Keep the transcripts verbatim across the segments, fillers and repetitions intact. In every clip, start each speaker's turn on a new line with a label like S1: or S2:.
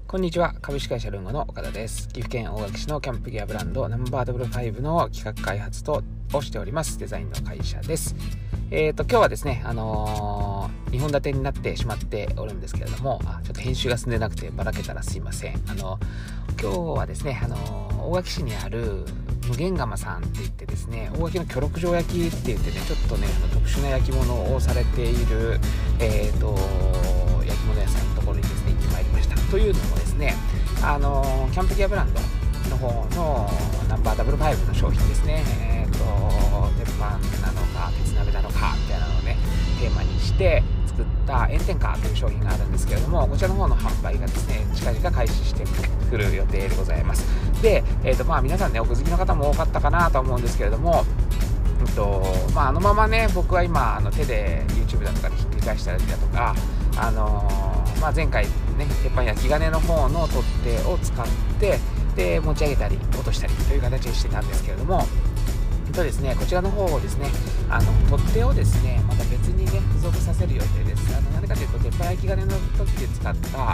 S1: こんにちは。株式会社ルンゴの岡田です。岐阜県大垣市のキャンプギアブランドナンバーダブルファイブの企画開発とをしておりますデザインの会社です。えーと今日はですね、あのー、にほん立てになってしまっておるんですけれども、あちょっと編集が進んでなくてばらけたらすいません。あの今日はですね、あのー、大垣市にある無限窯さんって言ってですね、大垣の巨六条焼きって言ってね、ちょっとねあの特殊な焼き物をされているえーと焼き物屋さんのところにですね行ってまいりました。というのもですね、あのキャンプギアブランドの方のナンバーダブルファイブの商品ですね、えーと鉄板なのか鉄鍋なのかみたいなのをねテーマにして作った炎天下という商品があるんですけれども、こちらの方の販売がですね近々開始してくる予定でございます。で、えーとまあ、皆さんねお好きの方も多かったかなと思うんですけれども、うんとまあ、あのままね僕は今あの手で YouTube だとかでひっくり返したりだとか、あのーまあ、前回ね鉄板焼き金の方の取っ手を使ってで持ち上げたり落としたりという形にしてたんですけれども、えっとですね、こちらの方をですねあの取っ手をですねまた別にね付属させる予定です。あのなぜかというと鉄板焼き金の時で使った、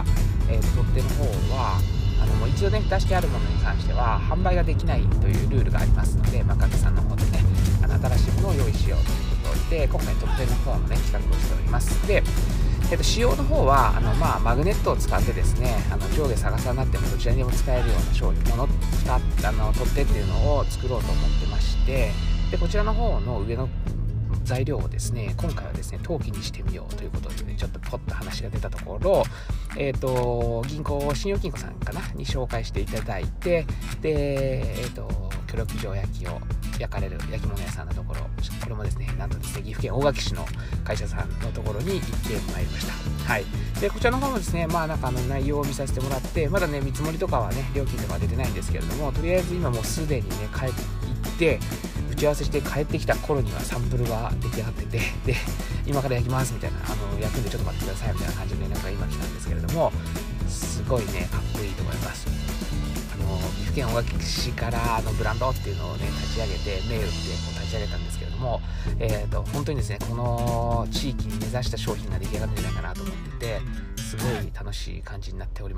S1: えー、取っ手の方はあのもう一度ね出してあるものに関しては販売ができないというルールがありますので、まあ、各さんの方でねあの新しいものを用意しようということで今回取っ手の方のね企画をしております。でえっと、仕様の方はあの、まあ、マグネットを使ってですねあの上下逆さになってもどちらにでも使えるような商品ものあの取っ手っていうのを作ろうと思ってまして、でこちらの方の上の材料をですね今回はですね陶器にしてみようということで、ね、ちょっとポッと話が出たところ、えー、と銀行信用金庫さんかなに紹介していただいて、で、えー、と巨力状焼きを焼かれる焼き物屋さんのところ、これもですねなんとですね岐阜県大垣市の会社さんのところに行ってまいりました。はい。でこちらの方もですねまあなんかあの内容を見させてもらって、まだね見積もりとかはね料金とかは出てないんですけれども、とりあえず今もうすでにね帰って行って打ち合わせして帰ってきた頃にはサンプルが出来上がってて、で今から焼きますみたいな、あの焼くんでちょっと待ってくださいみたいな感じの連絡が今来たんですけれども、すごいねかっこいいと思います。あの岐阜県大垣市からあのブランドっていうのをね立ち上げて銘打ってこう立ち上げたんですけれども、えーと本当にですねこの地域に根ざした商品が出来上がるんじゃないかなと思ってて、すごい楽しい感じになっております。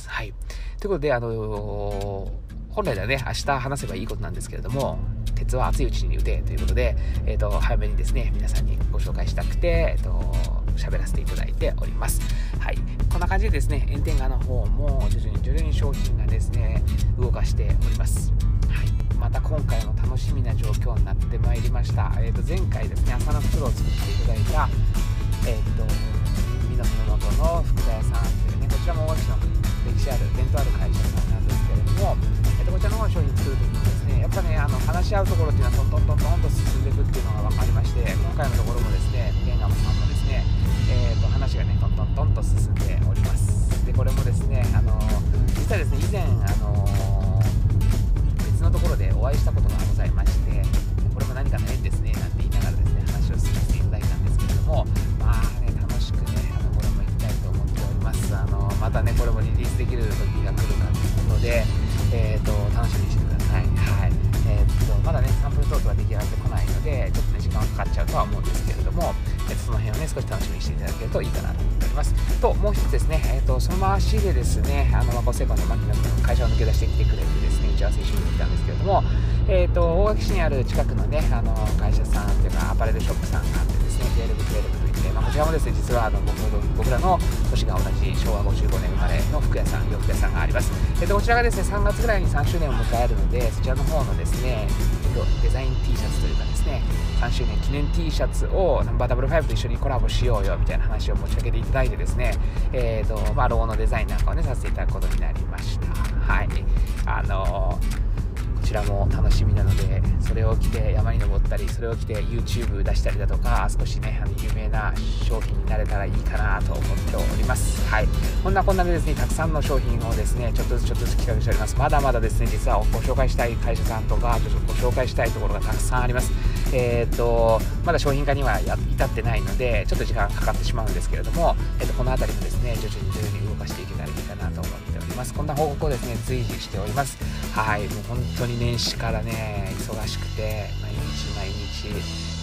S1: はい。ということであの本来ではね明日話せばいいことなんですけれども、鉄は熱いうちに打てということで、えーと早めにですね皆さんにご紹介したくて、えーと喋らせていただいております。はい。こんな感じでですね炎天下の方も徐々に徐々に商品がですね動かしております。はい。また今回も楽しみな状況になってまいりました。えーと前回ですね麻の袋を作っていただいたえーと美濃の元の福田屋さんというね、こちらも大垣市の歴史ある伝統ある会社さんなんですけれども、えーとこちらの方の商品作るときにですねやっぱねあの話し合うところっていうのはトントントントンと進んでいくっていうのが分かりまして、今回のところもですね無限窯さんもですねえーと話がねトントントンと進んでおります。でこれもですねあの実はですね以前あの別のところでお会いしたことがございまして、これも何かの縁ですねなんて言いながらですね話を進めていただいたんですけれども、まあね楽しくねあのこれも行きたいと思っております。あのまたねこれもリリースできる時が来るかということで、えーと楽しみにしてください。はい。えーとまだねサンプルトークは出来上がってこないのでちょっとね時間はかかっちゃうとは思うんですけれども、えー、とその辺をね少し楽しみにしていただけるといいかなと思っております。ともう一つですね、えー、とその回しでですねあのごセコンの牧野君会社を抜け出してきてくれてですね打ち合わせ一緒にできたんですけれども、えー、と大垣市にある近くのねあの会社さんというかアパレルショップさんがあってですね じゅうに、じゅうにといって、まあ、こちらもですね実はあの 僕, 僕らの年が同じしょうわごじゅうごねん生まれの服屋さん洋服屋さんがあります。えー、とこちらがですねさんがつぐらいにさんしゅうねんを迎えるので、そちらの方のですねデザイン T シャツというかですねさんしゅうねん記念 T シャツをナンバーダブルファイブと一緒にコラボしようよみたいな話を持ちかけていただいてですね、えーとまあ、ロゴのデザインなんかをねさせていただくことになりました。はい。あのーこちらも楽しみなので、それを着て山に登ったり、それを着て YouTube 出したりだとか、少しねあの有名な商品になれたらいいかなと思っております。はい。こんなこんなでですねたくさんの商品をですねちょっとずつちょっとずつ企画しております。まだまだですね実はご紹介したい会社さんとかちょっとご紹介したいところがたくさんあります。えーとまだ商品化には至ってないのでちょっと時間がかかってしまうんですけれども、えーとこのあたりもですね徐々に徐々に動かしていけたらいいかなと思っております。こんな報告をですね随時しております。はい。もう本当に年始からね忙しくて毎日毎日なん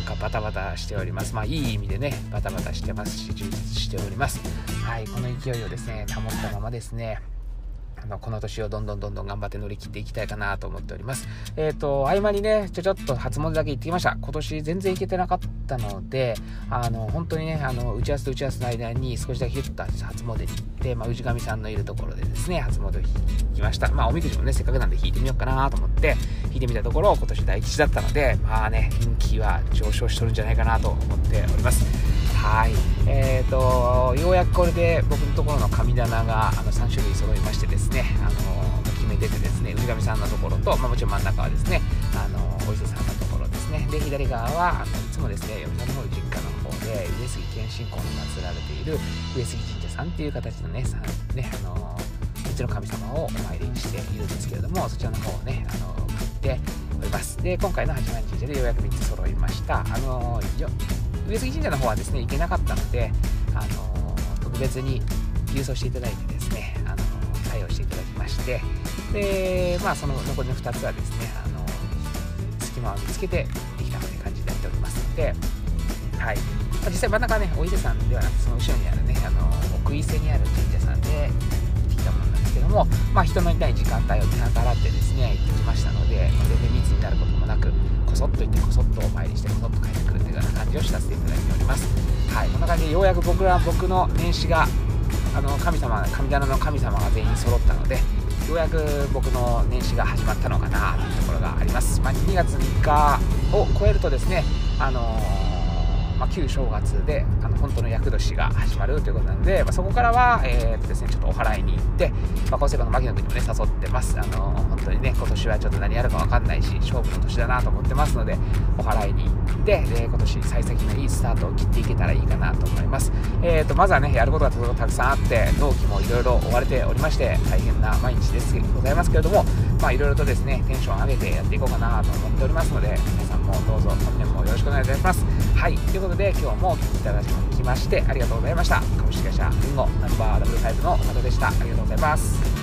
S1: かバタバタしております。まあいい意味でねバタバタしてますし充実しております。はい、この勢いをですね保ったままですねあのこの年をどんどんどんどん頑張って乗り切っていきたいかなと思っております。えっと合間にねちょちょっと初詣だけ行ってきました。今年全然行けてなかったので、あの本当にねあの打ち合わせと打ち合わせの間に少しだけヒュッと初詣に行って、まあ、氏神さんのいるところでですね初詣を引きました。まあおみくじもねせっかくなんで引いてみようかなと思って引いてみたところ今年第一だったので、まあね運気は上昇しとるんじゃないかなと思っております。はい、えーとようやくこれで僕のところの神棚があのさん種類揃いましてですね、あの決めててですね、氏神さんのところと、まあ、もちろん真ん中はですね、あのお伊勢さんのところですね。で左側はあのいつもですね嫁さんの方実家の方で上杉謙信公の祀られている上杉神社さんっていう形のね、さねあのうちの神様をお参りしているんですけれども、そちらの方をねあの買っております。で今回の八幡神社でようやくみっつ揃いました。あのよ上杉神社の方はですね行けなかったので、あの特別に郵送していただいてですね、あの対応していただきまして、でまあその残りのふたつはですね、あの隙間を見つけてできたという感じでやっておりますので、はい、まあ、実際真ん中はねお伊勢さんではなくてその後ろにあるねあの奥伊勢にある神社さんで行ってきたものなんですけども、まあ人のいない時間帯を見計らってですね行ってきましたので、まあ、全然密になることもなくこそっと行ってこそっとお参りしてこそっと帰ってくるというような感じをさせていただいております。はい、こんな感じでようやく僕は僕の年始があの神様神棚の神様が全員揃ったので、ようやく僕の年始が始まったのかなというところがあります。まあ、にがつみっかを超えるとですね、あのーまあ、旧正月であの本当の厄年が始まるということなので、まあ、そこからは、えーとですね、ちょっとお祓いに行って、まあ、この世界の牧野君にもね誘ってます。あのー、本当にね今年はちょっと何やるか分かんないし勝負の年だなと思ってますので、お祓いに行ってで今年幸先のいいスタートを切っていけたらいいかなと思います。えーとまずはねやることがたくさんあって、納期もいろいろ追われておりまして大変な毎日ですございますけれども、まあいろいろとですねテンション上げてやっていこうかなと思っておりますので、皆さんもどうぞ本年もよろしくお願いいたします。はい、ということで今日もお聞きいただきましてありがとうございました。株式会社リンゴナンバーダブルファイブの岡田でした。ありがとうございます。